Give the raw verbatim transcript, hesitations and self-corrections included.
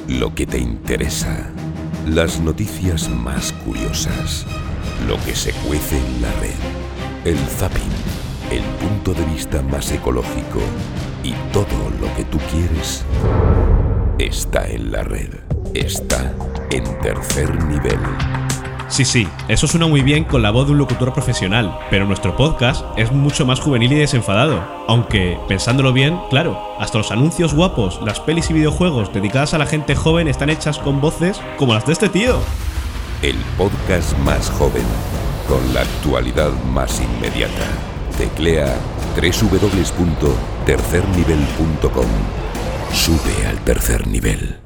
Lo que te interesa. Las noticias más curiosas. Lo que se cuece en la red. El zapping. El punto de vista más ecológico. Y todo lo que tú quieres está en la red. Está en Tercer Nivel. Sí, sí, eso suena muy bien con la voz de un locutor profesional, pero nuestro podcast es mucho más juvenil y desenfadado. Aunque, pensándolo bien, claro, hasta los anuncios guapos, las pelis y videojuegos dedicadas a la gente joven están hechas con voces como las de este tío. El podcast más joven, con la actualidad más inmediata. Teclea doble u doble u doble u punto tercer nivel punto com. Sube al tercer nivel.